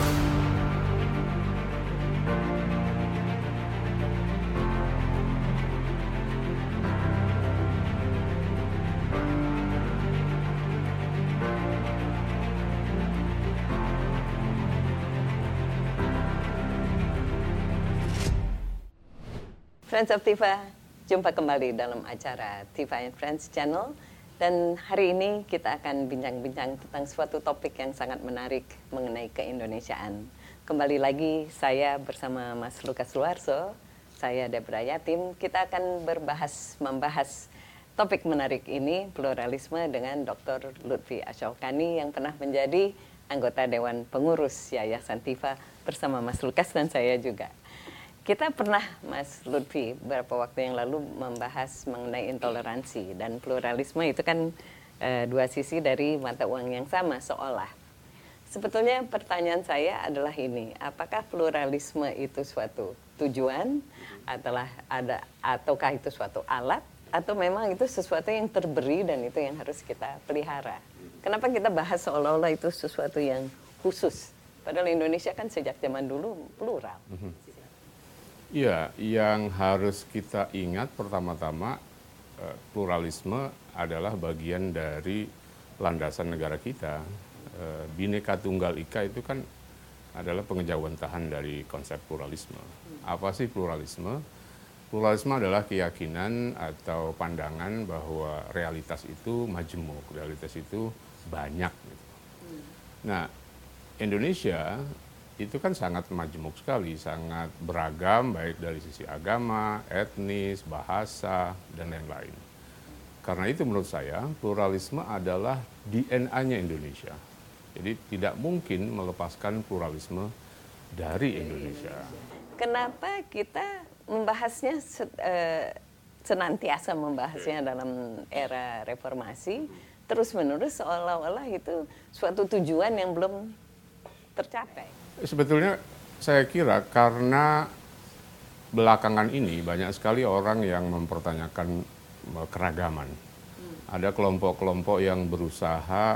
Friends of Tifa, jumpa kembali dalam acara Tifa and Friends Channel. Dan hari ini kita akan bincang-bincang tentang suatu topik yang sangat menarik mengenai keindonesiaan. Kembali lagi saya bersama Mas Lukas Luarso, saya Debra Yatim. Kita akan membahas topik menarik ini, pluralisme, dengan Dr. Lutfi Ashokani yang pernah menjadi anggota Dewan Pengurus Yayasan Tifa bersama Mas Lukas dan saya juga. Kita pernah, Mas Lutfi, beberapa waktu yang lalu membahas mengenai intoleransi dan pluralisme. Itu kan dua sisi dari mata uang yang sama seolah. Sebetulnya pertanyaan saya adalah ini, apakah pluralisme itu suatu tujuan, ataukah itu suatu alat, atau memang itu sesuatu yang terberi dan itu yang harus kita pelihara? Kenapa kita bahas seolah-olah itu sesuatu yang khusus? Padahal Indonesia kan sejak zaman dulu plural. Ya, yang harus kita ingat pertama-tama pluralisme adalah bagian dari landasan negara kita. Bhinneka Tunggal Ika itu kan adalah pengejawantahan dari konsep pluralisme. Apa sih pluralisme? Pluralisme adalah keyakinan atau pandangan bahwa realitas itu majemuk, realitas itu banyak. Gitu. Nah, Indonesia itu kan sangat majemuk sekali, sangat beragam baik dari sisi agama, etnis, bahasa, dan lain-lain. Karena itu menurut saya pluralisme adalah DNA-nya Indonesia. Jadi tidak mungkin melepaskan pluralisme dari Indonesia. Kenapa kita membahasnya senantiasa membahasnya dalam era reformasi, terus-menerus seolah-olah itu suatu tujuan yang belum tercapai? Sebetulnya saya kira karena belakangan ini banyak sekali orang yang mempertanyakan keragaman. Ada kelompok-kelompok yang berusaha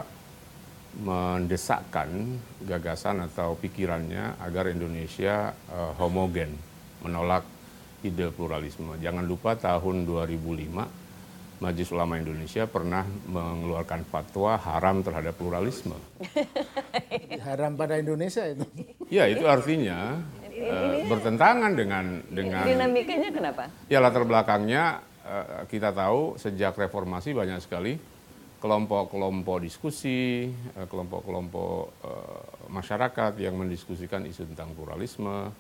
mendesakkan gagasan atau pikirannya agar Indonesia homogen, menolak ide pluralisme. Jangan lupa tahun 2005 Majelis Ulama Indonesia pernah mengeluarkan fatwa haram terhadap pluralisme. Haram pada Indonesia itu. Ya, itu artinya bertentangan dengan dinamikanya kenapa? Ya, latar belakangnya kita tahu sejak reformasi banyak sekali kelompok-kelompok diskusi, kelompok-kelompok masyarakat yang mendiskusikan isu tentang pluralisme,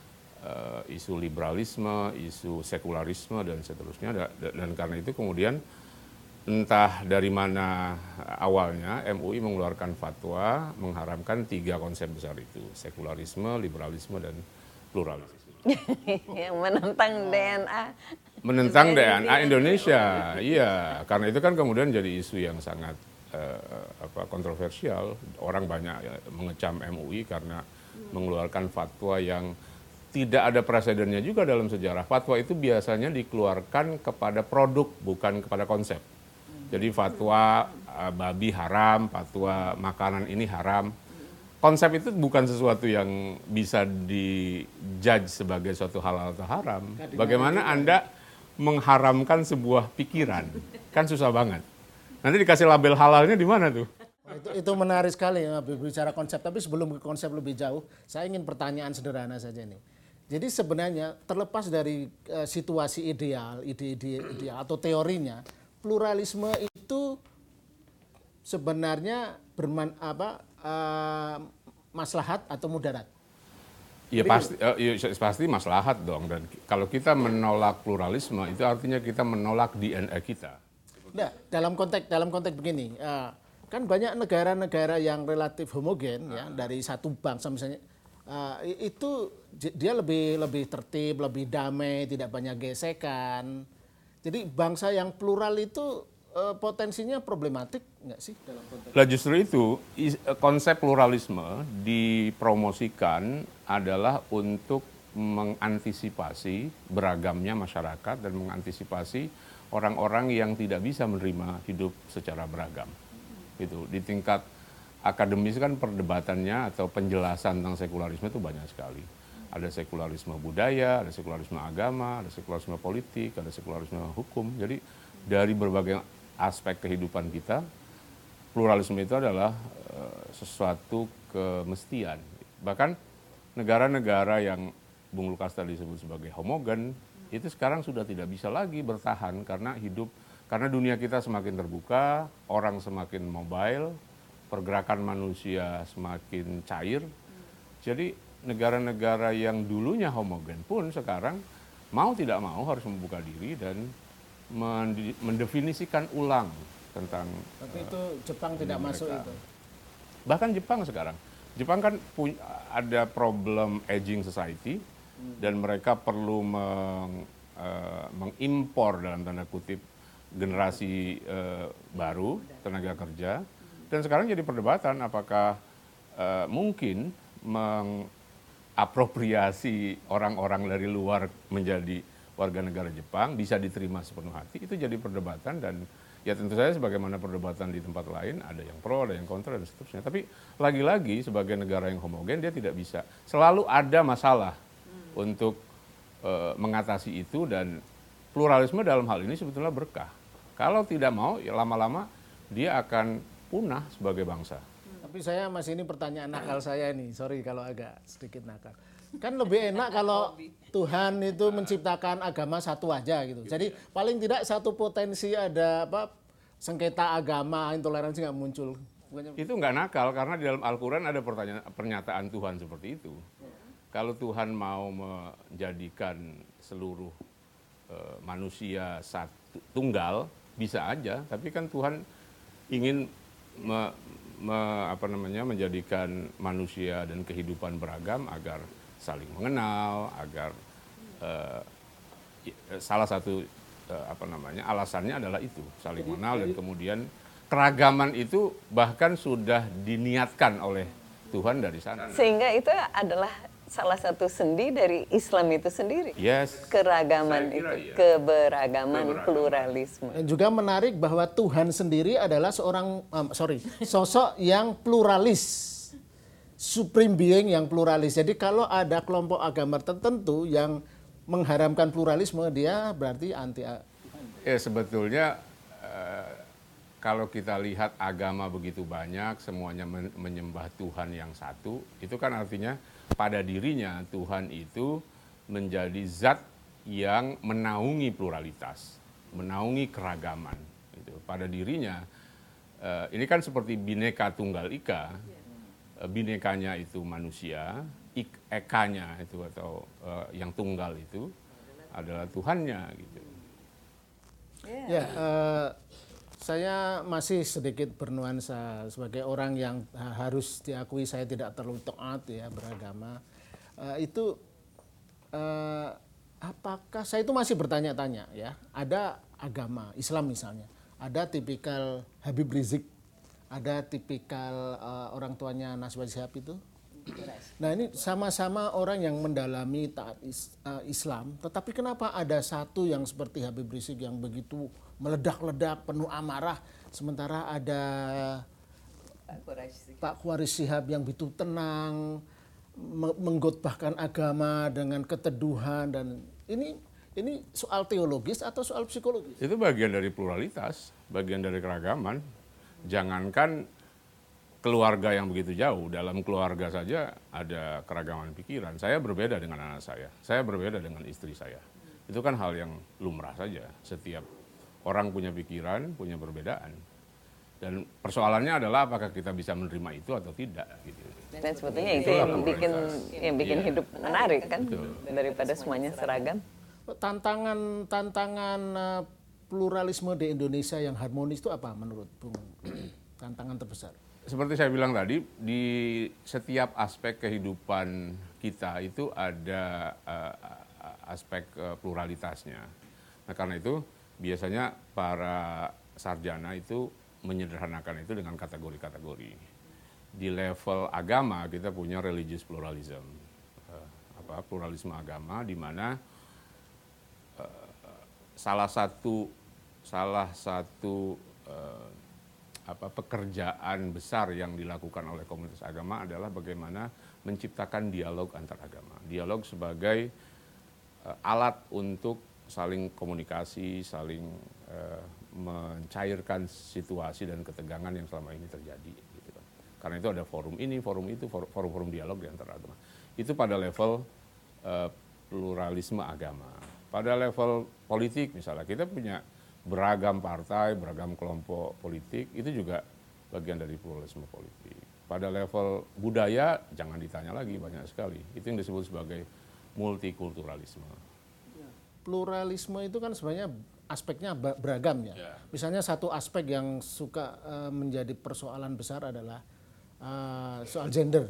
isu liberalisme, isu sekularisme, dan seterusnya. Dan karena itu kemudian entah dari mana awalnya MUI mengeluarkan fatwa mengharamkan 3 konsep besar itu, sekularisme, liberalisme, dan pluralisme. Yang menentang DNA. Menentang DNA Indonesia, iya. Karena itu kan kemudian jadi isu yang sangat kontroversial. Orang banyak mengecam MUI karena mengeluarkan fatwa yang tidak ada presidennya juga dalam sejarah. Fatwa itu biasanya dikeluarkan kepada produk, bukan kepada konsep. Jadi fatwa babi haram, fatwa makanan ini haram. Konsep itu bukan sesuatu yang bisa dijudge sebagai suatu halal atau haram. Bagaimana Anda mengharamkan sebuah pikiran? Kan susah banget. Nanti dikasih label halalnya di mana tuh? Itu menarik sekali ya, bicara konsep. Tapi sebelum ke konsep lebih jauh, saya ingin pertanyaan sederhana saja nih. Jadi sebenarnya terlepas dari situasi ideal, ide ideal atau teorinya, pluralisme itu sebenarnya maslahat atau mudarat? Ya pasti maslahat dong. Dan kalau kita menolak pluralisme itu artinya kita menolak DNA kita. Nah, dalam konteks begini, kan banyak negara-negara yang relatif homogen ya, dari satu bangsa misalnya. Itu dia lebih tertib, lebih damai, tidak banyak gesekan. Jadi bangsa yang plural itu potensinya problematik nggak sih dalam konteks? Lah justru itu konsep pluralisme dipromosikan adalah untuk mengantisipasi beragamnya masyarakat dan mengantisipasi orang-orang yang tidak bisa menerima hidup secara beragam. Gitu. Di tingkat akademis kan perdebatannya atau penjelasan tentang sekularisme itu banyak sekali. Ada sekularisme budaya, ada sekularisme agama, ada sekularisme politik, ada sekularisme hukum. Jadi dari berbagai aspek kehidupan kita, pluralisme itu adalah sesuatu kemestian. Bahkan negara-negara yang Bung Lukas tadi sebut sebagai homogen, itu sekarang sudah tidak bisa lagi bertahan karena dunia kita semakin terbuka, orang semakin mobile, pergerakan manusia semakin cair. Jadi negara-negara yang dulunya homogen pun sekarang mau tidak mau harus membuka diri dan mendefinisikan ulang tentang. Tapi itu Jepang tidak masuk itu. Bahkan Jepang sekarang. Jepang kan ada problem aging society dan mereka perlu mengimpor dalam tanda kutip generasi baru tenaga kerja. Dan sekarang jadi perdebatan apakah mungkin mengapropriasi orang-orang dari luar menjadi warga negara Jepang bisa diterima sepenuh hati. Itu jadi perdebatan dan ya tentu saja sebagaimana perdebatan di tempat lain ada yang pro, ada yang kontra dan seterusnya. Tapi lagi-lagi sebagai negara yang homogen dia tidak bisa. Selalu ada masalah untuk mengatasi itu dan pluralisme dalam hal ini sebetulnya berkah. Kalau tidak mau ya lama-lama dia akan punah sebagai bangsa. Tapi saya masih ini pertanyaan nakal saya nih, sorry kalau agak sedikit nakal. Kan lebih enak kalau Tuhan itu menciptakan agama satu aja gitu. Jadi paling tidak satu potensi ada sengketa agama, intoleransi nggak muncul. Itu nggak nakal karena di dalam Al-Quran ada pernyataan Tuhan seperti itu. Kalau Tuhan mau menjadikan seluruh manusia tunggal bisa aja, tapi kan Tuhan ingin menjadikan manusia dan kehidupan beragam agar saling mengenal, agar salah satu alasannya adalah itu, saling mengenal dan kemudian keragaman itu bahkan sudah diniatkan oleh Tuhan dari sana. Sehingga itu adalah salah satu sendi dari Islam itu sendiri. Yes. Keragaman itu, ya. Keberagaman, pluralisme. Dan juga menarik bahwa Tuhan sendiri adalah sosok yang pluralis. Supreme being yang pluralis. Jadi kalau ada kelompok agama tertentu yang mengharamkan pluralisme, dia berarti anti. Ya sebetulnya kalau kita lihat agama begitu banyak, semuanya menyembah Tuhan yang satu, itu kan artinya pada dirinya Tuhan itu menjadi zat yang menaungi pluralitas, menaungi keragaman. Gitu. Pada dirinya, ini kan seperti Bhinneka Tunggal Ika, binekanya itu manusia, ekanya itu atau yang tunggal itu adalah Tuhannya. Gitu. Saya masih sedikit bernuansa sebagai orang yang harus diakui saya tidak terlalu taat ya beragama. Apakah saya itu masih bertanya-tanya ya. Ada agama Islam misalnya, ada tipikal Habib Rizik, ada tipikal orang tuanya Naswar Shihab itu. Nah ini sama-sama orang yang mendalami taat Islam, tetapi kenapa ada satu yang seperti Habib Rizik yang begitu meledak-ledak, penuh amarah, sementara ada Pak Khawarij Shihab yang begitu tenang, mengkhotbahkan agama dengan keteduhan, dan ini soal teologis atau soal psikologis? Itu bagian dari pluralitas, bagian dari keragaman. Jangankan keluarga yang begitu jauh, dalam keluarga saja ada keragaman pikiran. Saya berbeda dengan anak saya berbeda dengan istri saya. Itu kan hal yang lumrah saja, setiap orang punya pikiran, punya perbedaan. Dan persoalannya adalah apakah kita bisa menerima itu atau tidak. Gitu. Dan sebetulnya itu yang bikin hidup menarik kan, daripada semuanya seragam. Tantangan pluralisme di Indonesia yang harmonis itu apa menurut Bung? Tantangan terbesar. Seperti saya bilang tadi, di setiap aspek kehidupan kita itu ada aspek pluralitasnya. Nah karena itu biasanya para sarjana itu menyederhanakan itu dengan kategori-kategori. Di level agama kita punya religious pluralism, pluralisme agama, di mana salah satu pekerjaan besar yang dilakukan oleh komunitas agama adalah bagaimana menciptakan dialog antar agama. Dialog sebagai alat untuk saling komunikasi, saling mencairkan situasi dan ketegangan yang selama ini terjadi. Gitu kan. Karena itu ada forum ini, forum itu, forum-forum dialog di antara agama. Itu pada level pluralisme agama. Pada level politik misalnya, kita punya beragam partai, beragam kelompok politik, itu juga bagian dari pluralisme politik. Pada level budaya, jangan ditanya lagi, banyak sekali. Itu yang disebut sebagai multikulturalisme. Pluralisme itu kan sebenarnya aspeknya beragam ya. Misalnya satu aspek yang suka menjadi persoalan besar adalah soal gender.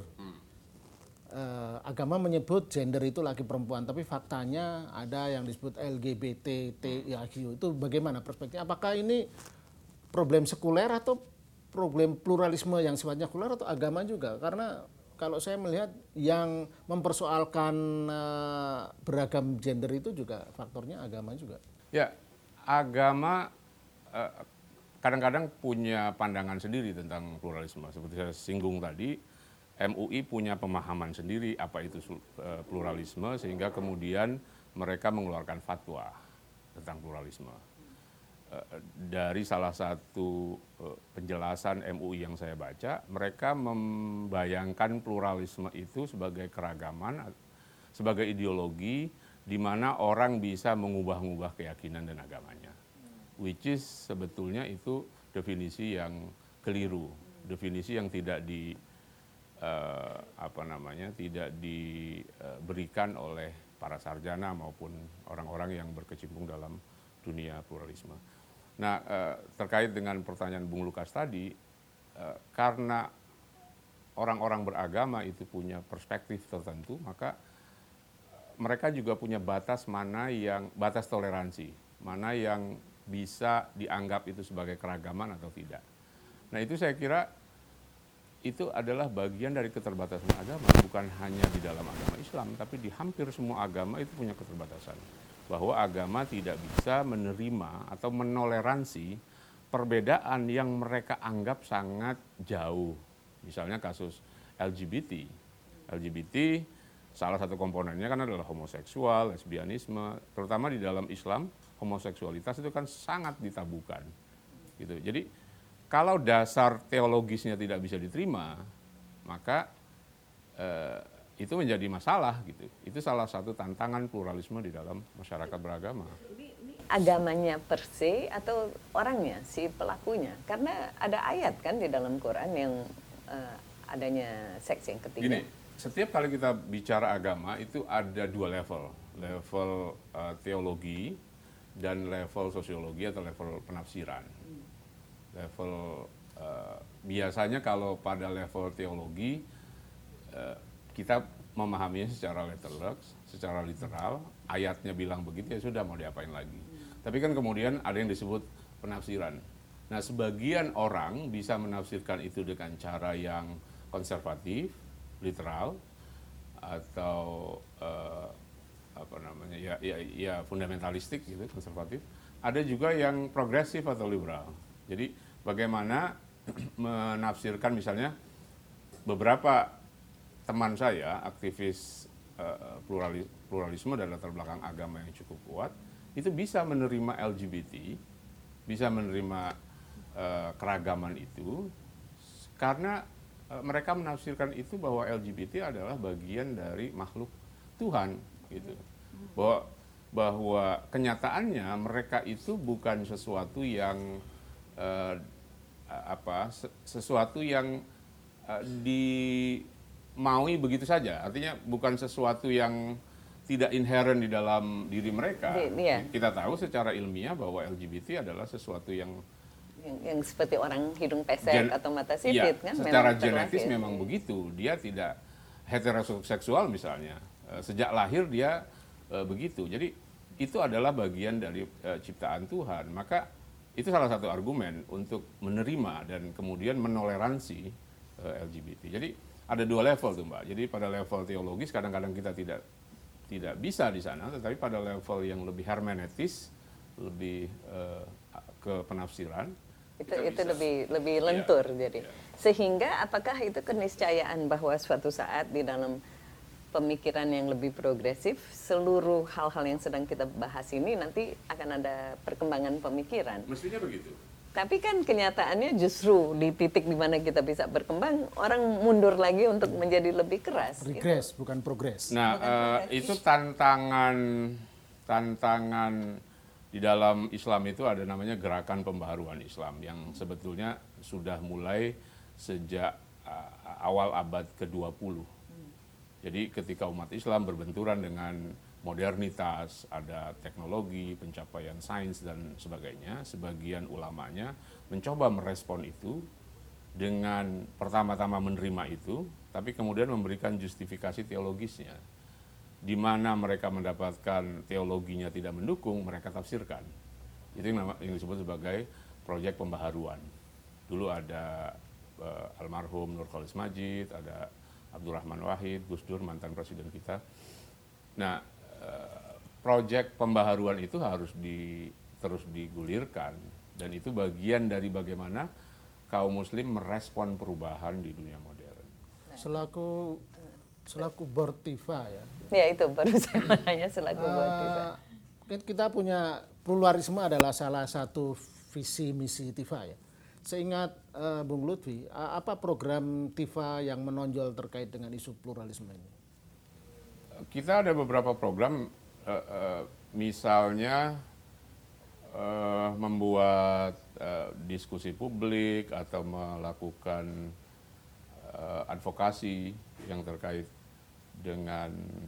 Agama menyebut gender itu laki perempuan, tapi faktanya ada yang disebut LGBTQIA. Itu bagaimana perspektifnya? Apakah ini problem sekuler atau problem pluralisme yang sifatnya sekuler atau agama juga? Karena kalau saya melihat yang mempersoalkan beragam gender itu juga faktornya agama juga. Ya, agama kadang-kadang punya pandangan sendiri tentang pluralisme. Seperti saya singgung tadi, MUI punya pemahaman sendiri apa itu pluralisme, sehingga kemudian mereka mengeluarkan fatwa tentang pluralisme. Dari salah satu penjelasan MUI yang saya baca, mereka membayangkan pluralisme itu sebagai keragaman, sebagai ideologi di mana orang bisa mengubah-ubah keyakinan dan agamanya. Which is sebetulnya itu definisi yang keliru, definisi yang tidak tidak diberikan oleh para sarjana maupun orang-orang yang berkecimpung dalam dunia pluralisme. Nah, terkait dengan pertanyaan Bung Lukas tadi, karena orang-orang beragama itu punya perspektif tertentu, maka mereka juga punya batas batas toleransi, mana yang bisa dianggap itu sebagai keragaman atau tidak. Nah, itu saya kira itu adalah bagian dari keterbatasan agama, bukan hanya di dalam agama Islam, tapi di hampir semua agama itu punya keterbatasan. Bahwa agama tidak bisa menerima atau menoleransi perbedaan yang mereka anggap sangat jauh. Misalnya kasus LGBT. LGBT salah satu komponennya kan adalah homoseksual, lesbianisme, terutama di dalam Islam, homoseksualitas itu kan sangat ditabukan. Gitu. Jadi kalau dasar teologisnya tidak bisa diterima, maka itu menjadi masalah gitu. Itu salah satu tantangan pluralisme di dalam masyarakat beragama. Agamanya per se atau orangnya, si pelakunya? Karena ada ayat kan di dalam Quran yang adanya seks yang ketiga. Gini, setiap kali kita bicara agama itu ada dua level. Level teologi dan level sosiologi atau level penafsiran. Level biasanya kalau pada level teologi kita memahaminya secara letterless, secara literal, ayatnya bilang begitu ya sudah, mau diapain lagi. Tapi kan kemudian ada yang disebut penafsiran. Nah, sebagian orang bisa menafsirkan itu dengan cara yang konservatif, literal, atau fundamentalistik gitu, konservatif. Ada juga yang progresif atau liberal. Jadi bagaimana menafsirkan misalnya beberapa teman saya aktivis pluralisme dan latar belakang agama yang cukup kuat itu bisa menerima LGBT, bisa menerima keragaman itu karena mereka menafsirkan itu bahwa LGBT adalah bagian dari makhluk Tuhan gitu. Bahwa kenyataannya mereka itu bukan sesuatu yang sesuatu yang dimaui begitu saja. Artinya bukan sesuatu yang tidak inherent di dalam diri mereka. Kita tahu secara ilmiah bahwa LGBT adalah sesuatu yang seperti orang hidung pesek atau mata sipit kan. Secara genetis memang begitu. Dia tidak heteroseksual misalnya. Sejak lahir dia begitu. Jadi itu adalah bagian dari ciptaan Tuhan. Maka itu salah satu argumen untuk menerima dan kemudian menoleransi LGBT. Jadi ada dua level tuh Mbak. Jadi pada level teologis kadang-kadang kita tidak bisa di sana, tetapi pada level yang lebih hermeneutis, lebih ke penafsiran, Itu lebih lentur jadi. Sehingga apakah itu keniscayaan bahwa suatu saat di dalam pemikiran yang lebih progresif, seluruh hal-hal yang sedang kita bahas ini nanti akan ada perkembangan pemikiran. Mestinya begitu. Tapi kan kenyataannya justru di titik di mana kita bisa berkembang, orang mundur lagi untuk menjadi lebih keras. Regress, gitu. Bukan progres. Nah, itu tantangan di dalam Islam itu ada namanya gerakan pembaharuan Islam yang sebetulnya sudah mulai sejak awal abad ke-20. Jadi ketika umat Islam berbenturan dengan modernitas, ada teknologi, pencapaian sains dan sebagainya, sebagian ulamanya mencoba merespon itu dengan pertama-tama menerima itu, tapi kemudian memberikan justifikasi teologisnya. Di mana mereka mendapatkan teologinya tidak mendukung, mereka tafsirkan. Itu yang disebut sebagai proyek pembaharuan. Dulu ada almarhum Nur Khalis Majid, ada Abdurrahman Wahid, Gus Dur, mantan presiden kita. Nah, proyek pembaharuan itu harus terus digulirkan. Dan itu bagian dari bagaimana kaum muslim merespon perubahan di dunia modern. Selaku board TIFA ya. Ya itu baru saya nanya selaku board TIFA. Kita punya pluralisme adalah salah satu visi misi TIFA ya. Seingat Bung Lutfi, apa program TIFA yang menonjol terkait dengan isu pluralisme ini? Kita ada beberapa program, misalnya membuat diskusi publik atau melakukan advokasi yang terkait dengan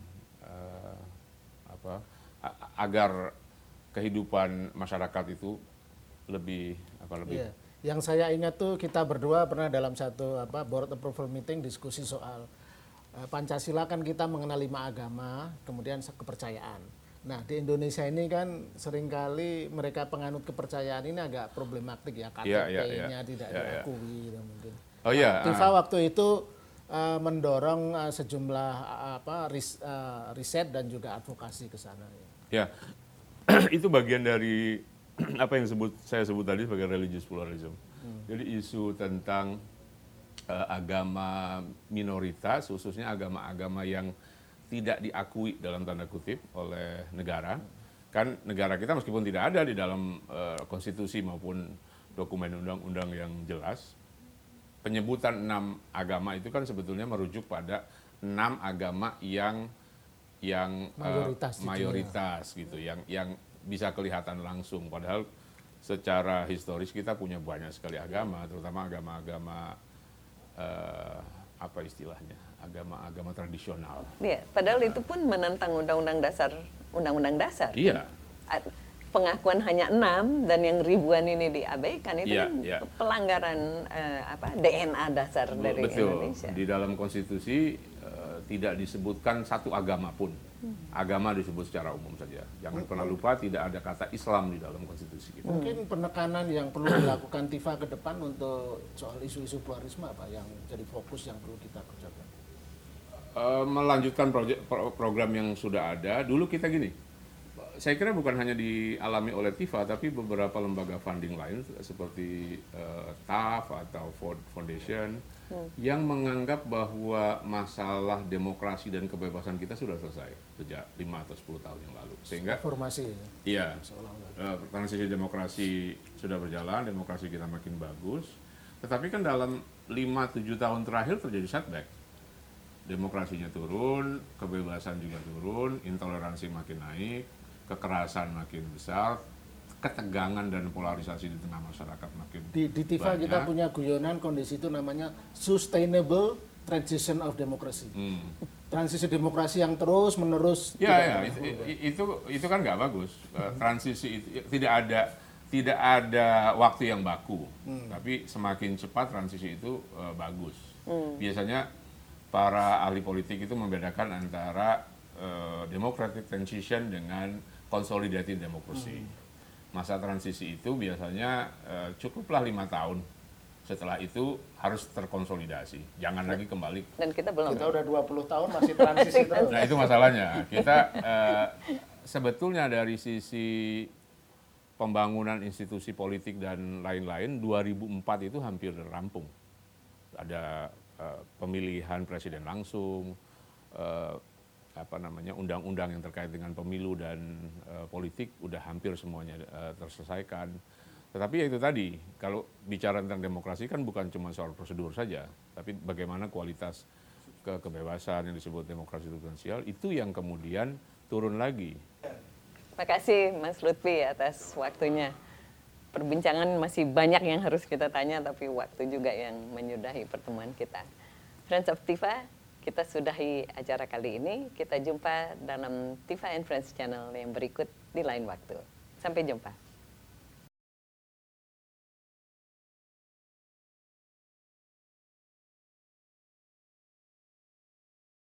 agar kehidupan masyarakat itu lebih Yeah. Yang saya ingat tuh kita berdua pernah dalam satu board approval meeting diskusi soal Pancasila, kan kita mengenal 5 agama, kemudian kepercayaan. Nah di Indonesia ini kan seringkali mereka penganut kepercayaan ini agak problematik ya, KTP-nya tidak diakui. Mungkin. Oh iya. TIFA waktu itu mendorong sejumlah riset dan juga advokasi ke sana. Ya, itu bagian dari apa yang saya sebut tadi sebagai religious pluralism. Jadi isu tentang agama minoritas, khususnya agama-agama yang tidak diakui dalam tanda kutip oleh negara. Kan negara kita meskipun tidak ada di dalam konstitusi maupun dokumen undang-undang yang jelas, penyebutan 6 agama itu kan sebetulnya merujuk pada 6 agama yang mayoritas gitu, yang bisa kelihatan langsung. Padahal secara historis kita punya banyak sekali agama, terutama agama-agama apa istilahnya, agama-agama tradisional. Iya, padahal itu pun menentang undang-undang dasar. Iya. Pengakuan hanya 6 dan yang ribuan ini diabaikan, itu kan pelanggaran DNA dasar dari Indonesia. Di dalam konstitusi tidak disebutkan satu agama pun. Agama disebut secara umum saja. Jangan pernah lupa tidak ada kata Islam di dalam konstitusi kita. Mungkin penekanan yang perlu dilakukan TIFA ke depan untuk soal isu-isu pluralisme apa yang jadi fokus yang perlu kita kerjakan? Melanjutkan program yang sudah ada. Dulu kita gini, saya kira bukan hanya dialami oleh TIFA, tapi beberapa lembaga funding lain seperti TAF atau Ford Foundation yang menganggap bahwa masalah demokrasi dan kebebasan kita sudah selesai sejak 5 atau 10 tahun yang lalu. Sehingga reformasi. Iya, transisi demokrasi sudah berjalan, demokrasi kita makin bagus. Tetapi kan dalam 5-7 tahun terakhir terjadi setback. Demokrasinya turun, kebebasan juga turun, intoleransi makin naik, kekerasan makin besar, ketegangan dan polarisasi di tengah masyarakat makin di TIFA banyak. Kita punya guyonan kondisi itu namanya sustainable transition of democracy. Transisi demokrasi yang terus menerus. Itu kan nggak bagus. Transisi itu tidak ada waktu yang baku, tapi semakin cepat transisi itu bagus. Biasanya para ahli politik itu membedakan antara democratic transition dengan consolidated democracy. Masa transisi itu biasanya cukuplah 5 tahun. Setelah itu harus terkonsolidasi. Jangan lagi kembali. Dan kita belum. Kita udah 20 tahun masih transisi terus. Nah itu masalahnya. Kita sebetulnya dari sisi pembangunan institusi politik dan lain-lain 2004 itu hampir rampung. Ada pemilihan presiden langsung, undang-undang yang terkait dengan pemilu dan politik udah hampir semuanya terselesaikan. Tetapi ya itu tadi, kalau bicara tentang demokrasi kan bukan cuma soal prosedur saja, tapi bagaimana kualitas kebebasan yang disebut demokrasi substansial itu yang kemudian turun lagi. Terima kasih Mas Lutfi atas waktunya. Perbincangan masih banyak yang harus kita tanya, tapi waktu juga yang menyudahi pertemuan kita. Friends of Tifa, kita sudahi acara kali ini. Kita jumpa dalam Tifa and Friends channel yang berikut di lain waktu. Sampai jumpa.